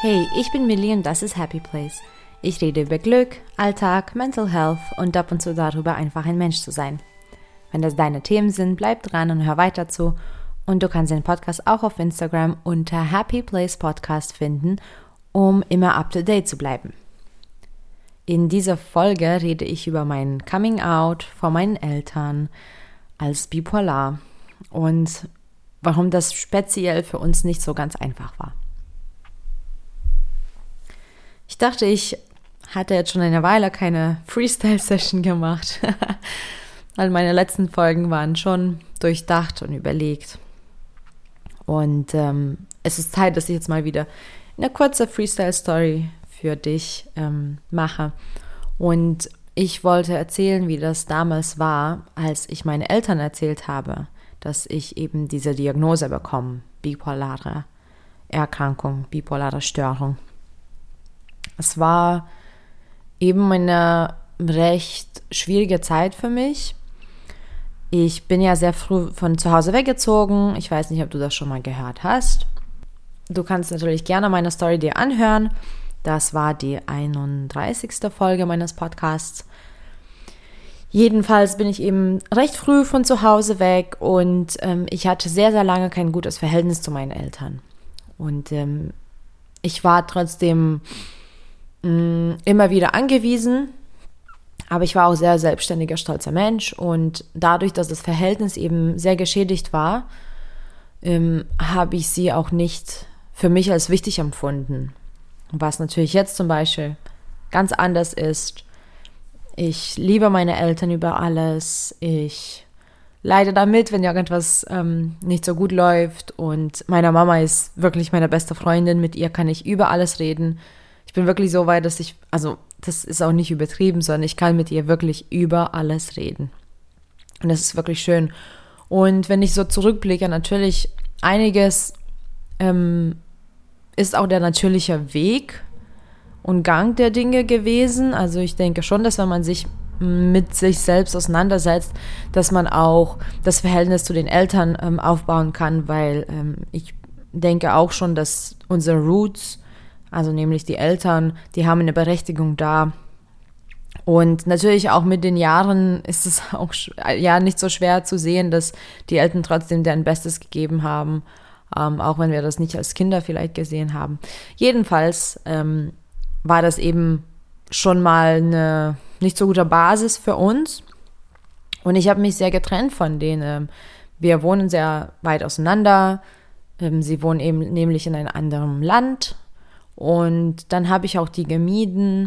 Hey, ich bin Millie und das ist Happy Place. Ich rede über Glück, Alltag, Mental Health und ab und zu darüber, einfach ein Mensch zu sein. Wenn das deine Themen sind, bleib dran und hör weiter zu. Und du kannst den Podcast auch auf Instagram unter Happy Place Podcast finden, um immer up to date zu bleiben. In dieser Folge rede ich über mein Coming Out von meinen Eltern als bipolar und warum das speziell für uns nicht so ganz einfach war. Ich dachte, ich hatte jetzt schon eine Weile keine Freestyle-Session gemacht, weil meine letzten Folgen waren schon durchdacht und überlegt. Und es ist Zeit, dass ich jetzt mal wieder eine kurze Freestyle-Story für dich mache. Und ich wollte erzählen, wie das damals war, als ich meinen Eltern erzählt habe, dass ich eben diese Diagnose bekomme, bipolare Erkrankung, bipolare Störung. Es war eben eine recht schwierige Zeit für mich. Ich bin ja sehr früh von zu Hause weggezogen. Ich weiß nicht, ob du das schon mal gehört hast. Du kannst natürlich gerne meine Story dir anhören. Das war die 31. Folge meines Podcasts. Jedenfalls bin ich eben recht früh von zu Hause weg und ich hatte sehr, sehr lange kein gutes Verhältnis zu meinen Eltern. Und ich war trotzdem immer wieder angewiesen, aber ich war auch sehr selbstständiger, stolzer Mensch und dadurch, dass das Verhältnis eben sehr geschädigt war, habe ich sie auch nicht für mich als wichtig empfunden, was natürlich jetzt zum Beispiel ganz anders ist. Ich liebe meine Eltern über alles, ich leide damit, wenn irgendwas nicht so gut läuft und meine Mama ist wirklich meine beste Freundin, mit ihr kann ich über alles reden. Ich bin wirklich so weit, dass das ist auch nicht übertrieben, sondern ich kann mit ihr wirklich über alles reden. Und das ist wirklich schön. Und wenn ich so zurückblicke, natürlich einiges ist auch der natürliche Weg und Gang der Dinge gewesen. Also ich denke schon, dass wenn man sich mit sich selbst auseinandersetzt, dass man auch das Verhältnis zu den Eltern aufbauen kann, weil ich denke auch schon, dass unsere Roots, also nämlich die Eltern, die haben eine Berechtigung da. Und natürlich auch mit den Jahren ist es auch nicht so schwer zu sehen, dass die Eltern trotzdem deren Bestes gegeben haben, auch wenn wir das nicht als Kinder vielleicht gesehen haben. Jedenfalls war das eben schon mal eine nicht so gute Basis für uns. Und ich habe mich sehr getrennt von denen. Wir wohnen sehr weit auseinander. Sie wohnen eben nämlich in einem anderen Land. Und dann habe ich auch die gemieden.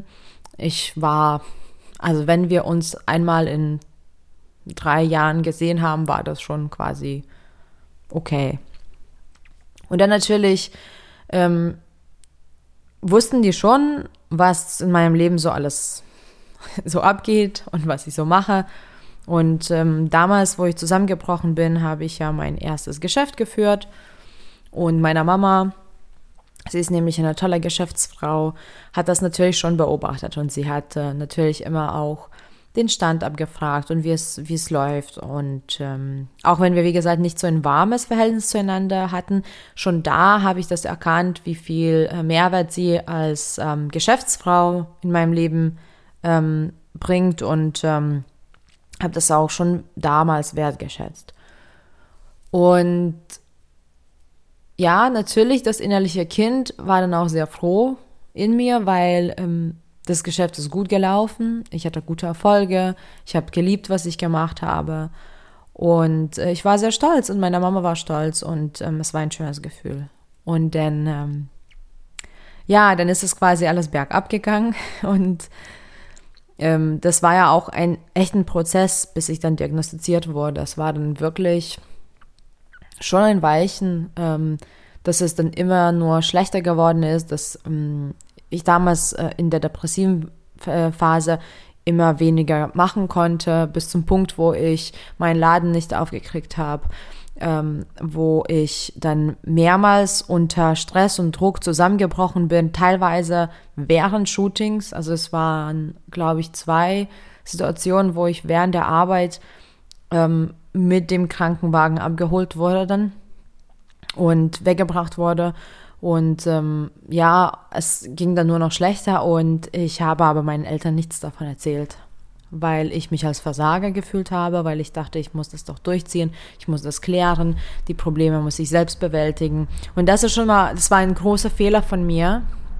Also wenn wir uns einmal in 3 Jahren gesehen haben, war das schon quasi okay. Und dann natürlich wussten die schon, was in meinem Leben so alles so abgeht und was ich so mache. Und damals, wo ich zusammengebrochen bin, habe ich ja mein erstes Geschäft geführt. Und meiner Mama, sie ist nämlich eine tolle Geschäftsfrau, hat das natürlich schon beobachtet und sie hat natürlich immer auch den Stand abgefragt und wie es läuft. Und auch wenn wir, wie gesagt, nicht so ein warmes Verhältnis zueinander hatten, schon da habe ich das erkannt, wie viel Mehrwert sie als Geschäftsfrau in meinem Leben bringt und habe das auch schon damals wertgeschätzt. Und ja, natürlich, das innerliche Kind war dann auch sehr froh in mir, weil das Geschäft ist gut gelaufen. Ich hatte gute Erfolge. Ich habe geliebt, was ich gemacht habe. Und ich war sehr stolz und meine Mama war stolz und es war ein schönes Gefühl. Und dann, dann ist es quasi alles bergab gegangen und das war ja auch ein echter Prozess, bis ich dann diagnostiziert wurde. Das war dann wirklich schon ein Weichen, dass es dann immer nur schlechter geworden ist, dass ich damals in der depressiven Phase immer weniger machen konnte, bis zum Punkt, wo ich meinen Laden nicht aufgekriegt habe, wo ich dann mehrmals unter Stress und Druck zusammengebrochen bin, teilweise während Shootings. Also es waren, glaube ich, 2 Situationen, wo ich während der Arbeit mit dem Krankenwagen abgeholt wurde dann und weggebracht wurde. Und ja, es ging dann nur noch schlechter und ich habe aber meinen Eltern nichts davon erzählt, weil ich mich als Versager gefühlt habe, weil ich dachte, ich muss das doch durchziehen, ich muss das klären, die Probleme muss ich selbst bewältigen. Und das war ein großer Fehler von mir,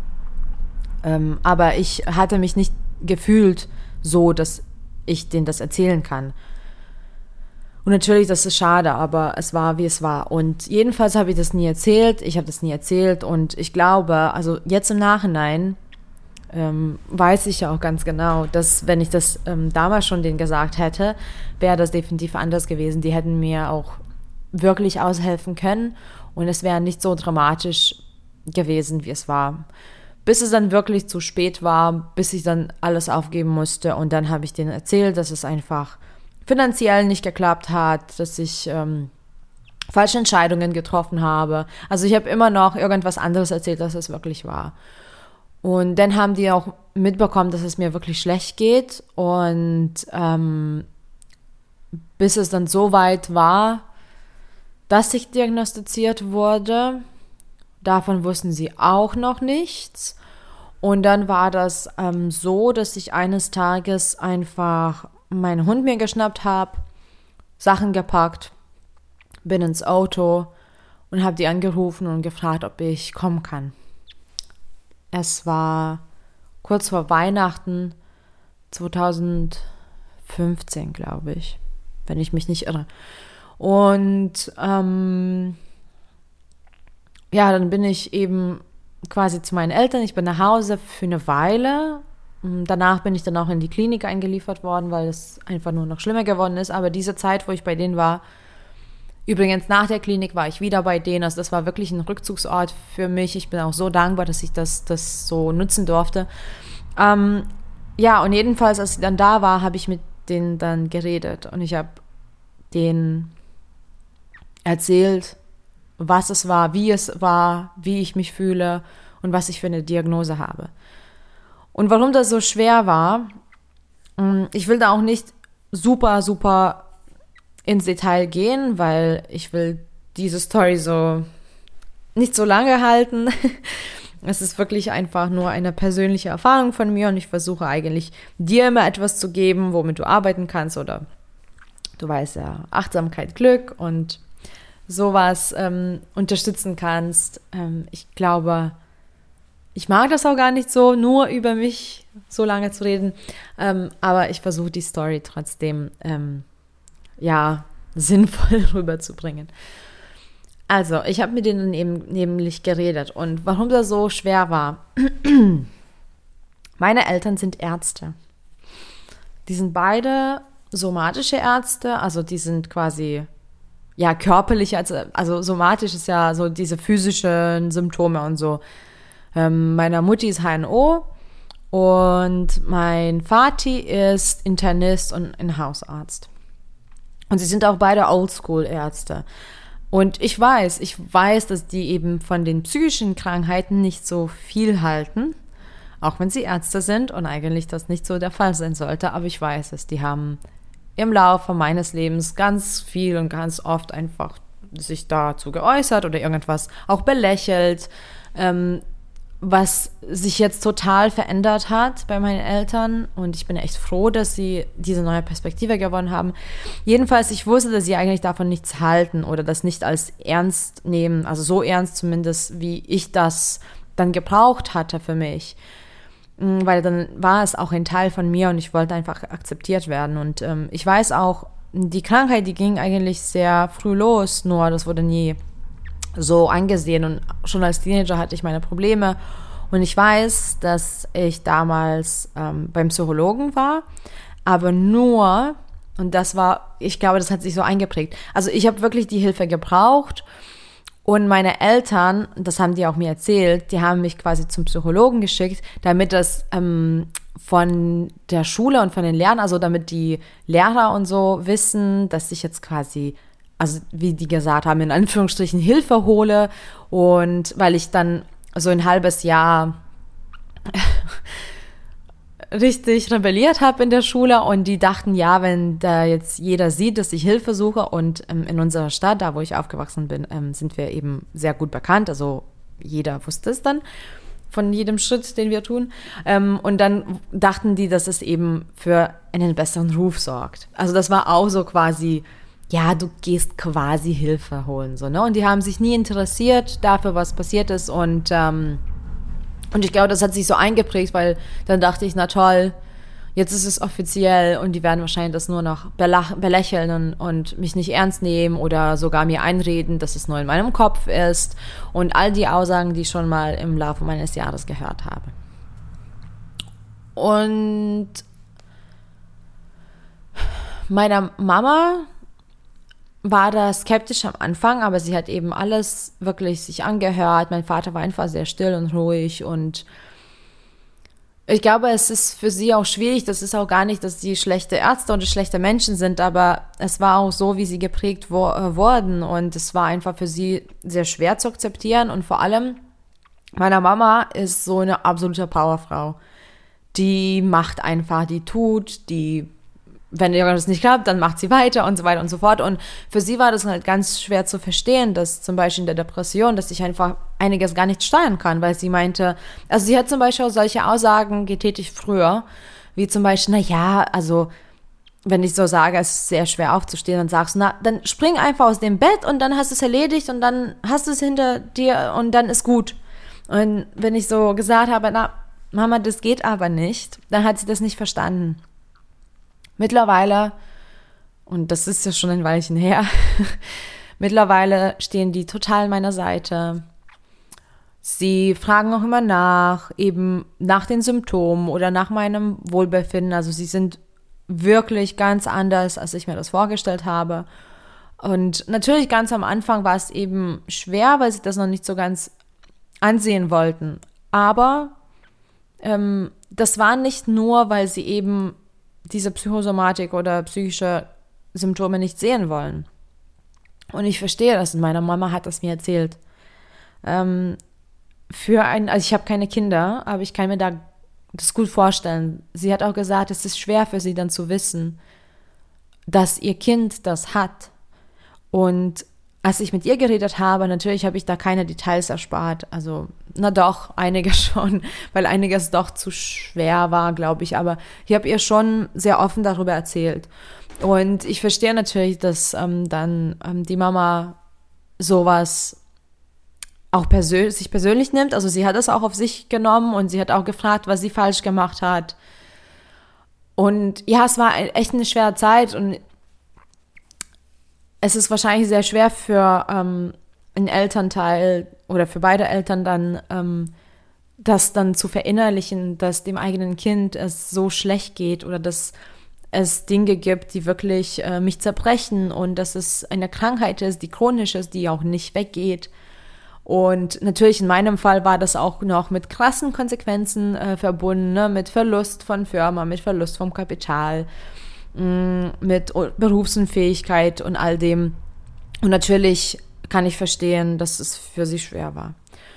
aber ich hatte mich nicht gefühlt so, dass ich denen das erzählen kann. Und natürlich, das ist schade, aber es war, wie es war. Und jedenfalls habe ich das nie erzählt, und ich glaube, also jetzt im Nachhinein weiß ich ja auch ganz genau, dass wenn ich das damals schon denen gesagt hätte, wäre das definitiv anders gewesen. Die hätten mir auch wirklich aushelfen können und es wäre nicht so dramatisch gewesen, wie es war. Bis es dann wirklich zu spät war, bis ich dann alles aufgeben musste und dann habe ich denen erzählt, dass es einfach finanziell nicht geklappt hat, dass ich falsche Entscheidungen getroffen habe. Also ich habe immer noch irgendwas anderes erzählt, als es wirklich war. Und dann haben die auch mitbekommen, dass es mir wirklich schlecht geht und bis es dann so weit war, dass ich diagnostiziert wurde, davon wussten sie auch noch nichts. Und dann war das so, dass ich eines Tages einfach meinen Hund mir geschnappt habe, Sachen gepackt, bin ins Auto und habe die angerufen und gefragt, ob ich kommen kann. Es war kurz vor Weihnachten 2015, glaube ich, wenn ich mich nicht irre. Und ja, dann bin ich eben quasi zu meinen Eltern. Ich bin nach Hause für eine Weile. Danach bin ich dann auch in die Klinik eingeliefert worden, weil es einfach nur noch schlimmer geworden ist. Aber diese Zeit, wo ich bei denen war, übrigens nach der Klinik war ich wieder bei denen. Also das war wirklich ein Rückzugsort für mich. Ich bin auch so dankbar, dass ich das so nutzen durfte. Ja, und jedenfalls, als ich dann da war, habe ich mit denen dann geredet. Und ich habe denen erzählt, was es war, wie ich mich fühle und was ich für eine Diagnose habe. Und warum das so schwer war, ich will da auch nicht super, super ins Detail gehen, weil ich will diese Story so nicht so lange halten. Es ist wirklich einfach nur eine persönliche Erfahrung von mir und ich versuche eigentlich dir immer etwas zu geben, womit du arbeiten kannst oder du weißt ja, Achtsamkeit, Glück und sowas unterstützen kannst. Ich glaube, ich mag das auch gar nicht so, nur über mich so lange zu reden, aber ich versuche die Story trotzdem ja, sinnvoll rüberzubringen. Also, ich habe mit denen eben nämlich geredet und warum das so schwer war. Meine Eltern sind Ärzte. Die sind beide somatische Ärzte, also die sind quasi ja, körperlich, also somatisch ist ja so diese physischen Symptome und so. Meiner Mutti ist HNO und mein Vati ist Internist und ein Hausarzt. Und sie sind auch beide Oldschool-Ärzte. Und ich weiß, dass die eben von den psychischen Krankheiten nicht so viel halten, auch wenn sie Ärzte sind und eigentlich das nicht so der Fall sein sollte, aber ich weiß es, die haben im Laufe meines Lebens ganz viel und ganz oft einfach sich dazu geäußert oder irgendwas auch belächelt, was sich jetzt total verändert hat bei meinen Eltern und ich bin echt froh, dass sie diese neue Perspektive gewonnen haben. Jedenfalls, ich wusste, dass sie eigentlich davon nichts halten oder das nicht als ernst nehmen, also so ernst zumindest, wie ich das dann gebraucht hatte für mich. Weil dann war es auch ein Teil von mir und ich wollte einfach akzeptiert werden. Und ich weiß auch, die Krankheit, die ging eigentlich sehr früh los, nur das wurde nie so angesehen. Und schon als Teenager hatte ich meine Probleme. Und ich weiß, dass ich damals beim Psychologen war, aber nur, und das war, ich glaube, das hat sich so eingeprägt. Also ich habe wirklich die Hilfe gebraucht. Und meine Eltern, das haben die auch mir erzählt, die haben mich quasi zum Psychologen geschickt, damit das von der Schule und von den Lehrern, also damit die Lehrer und so wissen, dass ich jetzt quasi, also wie die gesagt haben, in Anführungsstrichen Hilfe hole. Und weil ich dann so ein halbes Jahr richtig rebelliert habe in der Schule und die dachten, ja, wenn da jetzt jeder sieht, dass ich Hilfe suche und in unserer Stadt, da wo ich aufgewachsen bin, sind wir eben sehr gut bekannt, also jeder wusste es dann von jedem Schritt, den wir tun. Und dann dachten die, dass es eben für einen besseren Ruf sorgt. Also das war auch so quasi, ja, du gehst quasi Hilfe holen, so, ne? Und die haben sich nie interessiert dafür, was passiert ist. Und ich glaube, das hat sich so eingeprägt, weil dann dachte ich, na toll, jetzt ist es offiziell und die werden wahrscheinlich das nur noch belächeln und mich nicht ernst nehmen oder sogar mir einreden, dass es nur in meinem Kopf ist und all die Aussagen, die ich schon mal im Laufe meines Jahres gehört habe. Und meiner Mama war da skeptisch am Anfang, aber sie hat eben alles wirklich sich angehört. Mein Vater war einfach sehr still und ruhig und ich glaube, es ist für sie auch schwierig. Das ist auch gar nicht, dass sie schlechte Ärzte oder schlechte Menschen sind, aber es war auch so, wie sie geprägt wurden und es war einfach für sie sehr schwer zu akzeptieren und vor allem, meine Mama ist so eine absolute Powerfrau. Die macht einfach, die tut, die wenn irgendwas nicht klappt, dann macht sie weiter und so weiter und so fort. Und für sie war das halt ganz schwer zu verstehen, dass zum Beispiel in der Depression, dass ich einfach einiges gar nicht steuern kann, weil sie meinte, also sie hat zum Beispiel auch solche Aussagen getätigt früher, wie zum Beispiel, na ja, also wenn ich so sage, es ist sehr schwer aufzustehen, dann sagst du, na, dann spring einfach aus dem Bett und dann hast du es erledigt und dann hast du es hinter dir und dann ist gut. Und wenn ich so gesagt habe, na, Mama, das geht aber nicht, dann hat sie das nicht verstanden. Mittlerweile, und das ist ja schon ein Weilchen her, mittlerweile stehen die total an meiner Seite. Sie fragen auch immer nach, eben nach den Symptomen oder nach meinem Wohlbefinden. Also sie sind wirklich ganz anders, als ich mir das vorgestellt habe. Und natürlich ganz am Anfang war es eben schwer, weil sie das noch nicht so ganz ansehen wollten. Aber das war nicht nur, weil sie eben diese Psychosomatik oder psychische Symptome nicht sehen wollen. Und ich verstehe das. Und meine Mama hat das mir erzählt. Also ich habe keine Kinder, aber ich kann mir das gut vorstellen. Sie hat auch gesagt, es ist schwer für sie dann zu wissen, dass ihr Kind das hat. Und als ich mit ihr geredet habe, natürlich habe ich da keine Details erspart. Also, na doch, einiges schon, weil einiges doch zu schwer war, glaube ich. Aber ich habe ihr schon sehr offen darüber erzählt. Und ich verstehe natürlich, dass dann die Mama sowas auch sich persönlich nimmt. Also sie hat es auch auf sich genommen und sie hat auch gefragt, was sie falsch gemacht hat. Und ja, es war echt eine schwere Zeit und es ist wahrscheinlich sehr schwer für einen Elternteil oder für beide Eltern dann, das dann zu verinnerlichen, dass dem eigenen Kind es so schlecht geht oder dass es Dinge gibt, die wirklich mich zerbrechen und dass es eine Krankheit ist, die chronisch ist, die auch nicht weggeht. Und natürlich in meinem Fall war das auch noch mit krassen Konsequenzen verbunden, ne? Mit Verlust von Firma, mit Verlust vom Kapital, mit Berufsunfähigkeit und all dem. Und natürlich kann ich verstehen, dass es für sie schwer war.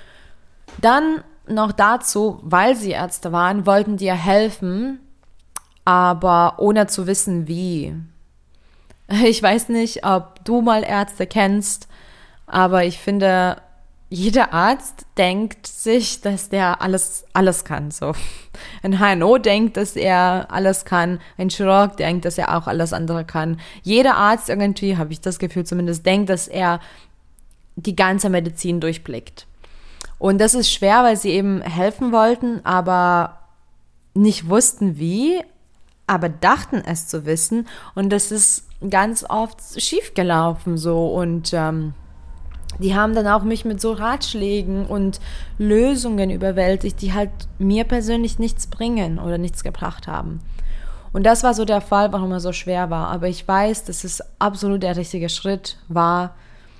Dann noch dazu, weil sie Ärzte waren, wollten die ja helfen, aber ohne zu wissen, wie. Ich weiß nicht, ob du mal Ärzte kennst, aber ich finde, jeder Arzt denkt sich, dass der alles kann. So. Ein HNO denkt, dass er alles kann. Ein Chirurg denkt, dass er auch alles andere kann. Jeder Arzt irgendwie, habe ich das Gefühl zumindest, denkt, dass er die ganze Medizin durchblickt. Und das ist schwer, weil sie eben helfen wollten, aber nicht wussten wie, aber dachten es zu wissen. Und das ist ganz oft schief gelaufen so und die haben dann auch mich mit so Ratschlägen und Lösungen überwältigt, die halt mir persönlich nichts bringen oder nichts gebracht haben. Und das war so der Fall, warum er so schwer war. Aber ich weiß, dass es absolut der richtige Schritt war.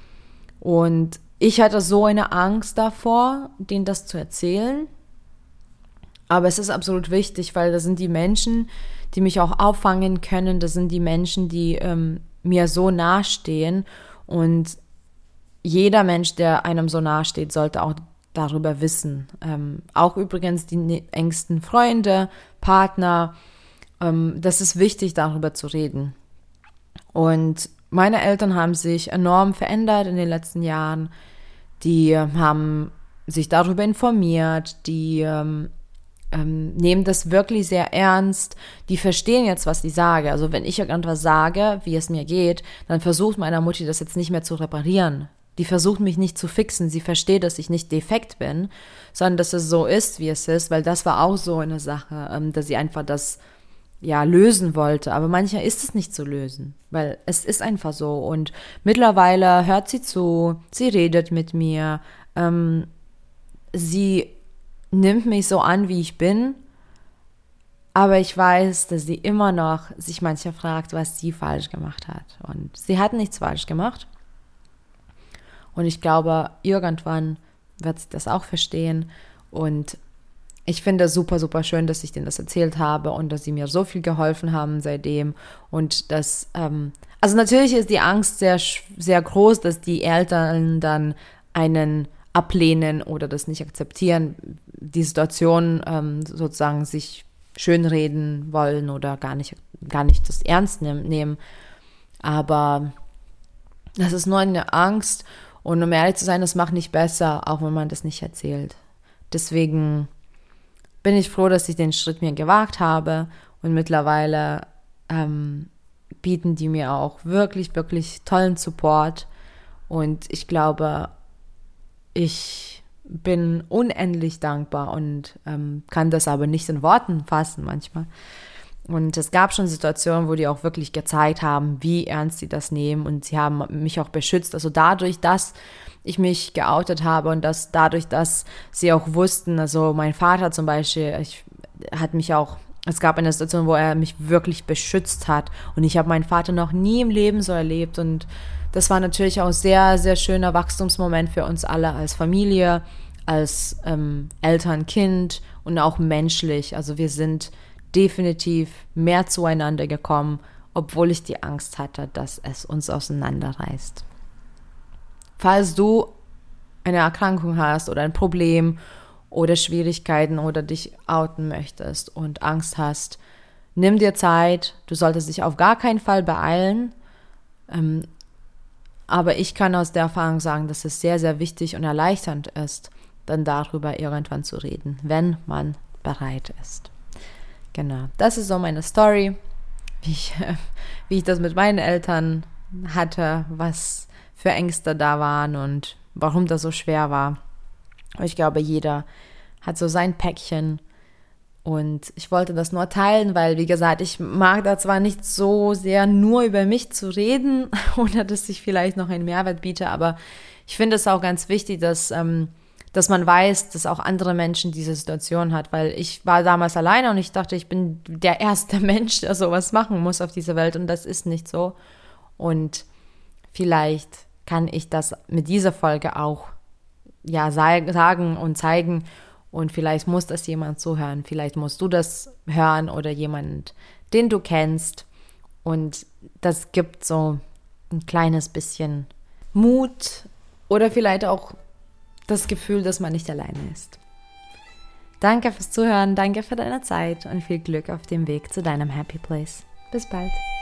Und ich hatte so eine Angst davor, denen das zu erzählen. Aber es ist absolut wichtig, weil das sind die Menschen, die mich auch auffangen können. Das sind die Menschen, die mir so nahestehen. Und jeder Mensch, der einem so nahe steht, sollte auch darüber wissen. Auch übrigens die engsten Freunde, Partner. Das ist wichtig, darüber zu reden. Und meine Eltern haben sich enorm verändert in den letzten Jahren. Die haben sich darüber informiert, die nehmen das wirklich sehr ernst, die verstehen jetzt, was ich sage. Also wenn ich irgendwas sage, wie es mir geht, dann versucht meine Mutti das jetzt nicht mehr zu reparieren. Die versucht mich nicht zu fixen, sie versteht, dass ich nicht defekt bin, sondern dass es so ist, wie es ist, weil das war auch so eine Sache, dass sie einfach das lösen wollte. Aber manchmal ist es nicht zu lösen, weil es ist einfach so. Und mittlerweile hört sie zu, sie redet mit mir, sie nimmt mich so an, wie ich bin, aber ich weiß, dass sie immer noch sich manchmal fragt, was sie falsch gemacht hat. Und sie hat nichts falsch gemacht. Und ich glaube, irgendwann wird sie das auch verstehen. Und ich finde es super, super schön, dass ich denen das erzählt habe und dass sie mir so viel geholfen haben seitdem. Und dass, also natürlich ist die Angst sehr, sehr groß, dass die Eltern dann einen ablehnen oder das nicht akzeptieren, die Situation sozusagen sich schönreden wollen oder gar nicht das ernst nehmen. Aber das ist nur eine Angst und um ehrlich zu sein, das macht nicht besser, auch wenn man das nicht erzählt. Deswegen bin ich froh, dass ich den Schritt mir gewagt habe und mittlerweile bieten die mir auch wirklich, wirklich tollen Support und ich glaube, ich bin unendlich dankbar und kann das aber nicht in Worten fassen manchmal. Und es gab schon Situationen, wo die auch wirklich gezeigt haben, wie ernst sie das nehmen und sie haben mich auch beschützt. Also dadurch, dass ich mich geoutet habe und dadurch, dass sie auch wussten, also mein Vater zum Beispiel, es gab eine Situation, wo er mich wirklich beschützt hat und ich habe meinen Vater noch nie im Leben so erlebt und das war natürlich auch ein sehr, sehr schöner Wachstumsmoment für uns alle als Familie, als Eltern, Kind und auch menschlich. Also wir sind definitiv mehr zueinander gekommen, obwohl ich die Angst hatte, dass es uns auseinanderreißt. Falls du eine Erkrankung hast oder ein Problem oder Schwierigkeiten oder dich outen möchtest und Angst hast, nimm dir Zeit. Du solltest dich auf gar keinen Fall beeilen. Aber ich kann aus der Erfahrung sagen, dass es sehr, sehr wichtig und erleichternd ist, dann darüber irgendwann zu reden, wenn man bereit ist. Genau, das ist so meine Story, wie ich das mit meinen Eltern hatte, was für Ängste da waren und warum das so schwer war. Ich glaube, jeder hat so sein Päckchen und ich wollte das nur teilen, weil, wie gesagt, ich mag da zwar nicht so sehr nur über mich zu reden oder dass ich vielleicht noch einen Mehrwert biete, aber ich finde es auch ganz wichtig, dass man weiß, dass auch andere Menschen diese Situation hat, weil ich war damals alleine und ich dachte, ich bin der erste Mensch, der sowas machen muss auf dieser Welt und das ist nicht so. Und vielleicht kann ich das mit dieser Folge auch sagen und zeigen und vielleicht muss das jemand zuhören, vielleicht musst du das hören oder jemand, den du kennst und das gibt so ein kleines bisschen Mut oder vielleicht auch das Gefühl, dass man nicht alleine ist. Danke fürs Zuhören, danke für deine Zeit und viel Glück auf dem Weg zu deinem Happy Place. Bis bald.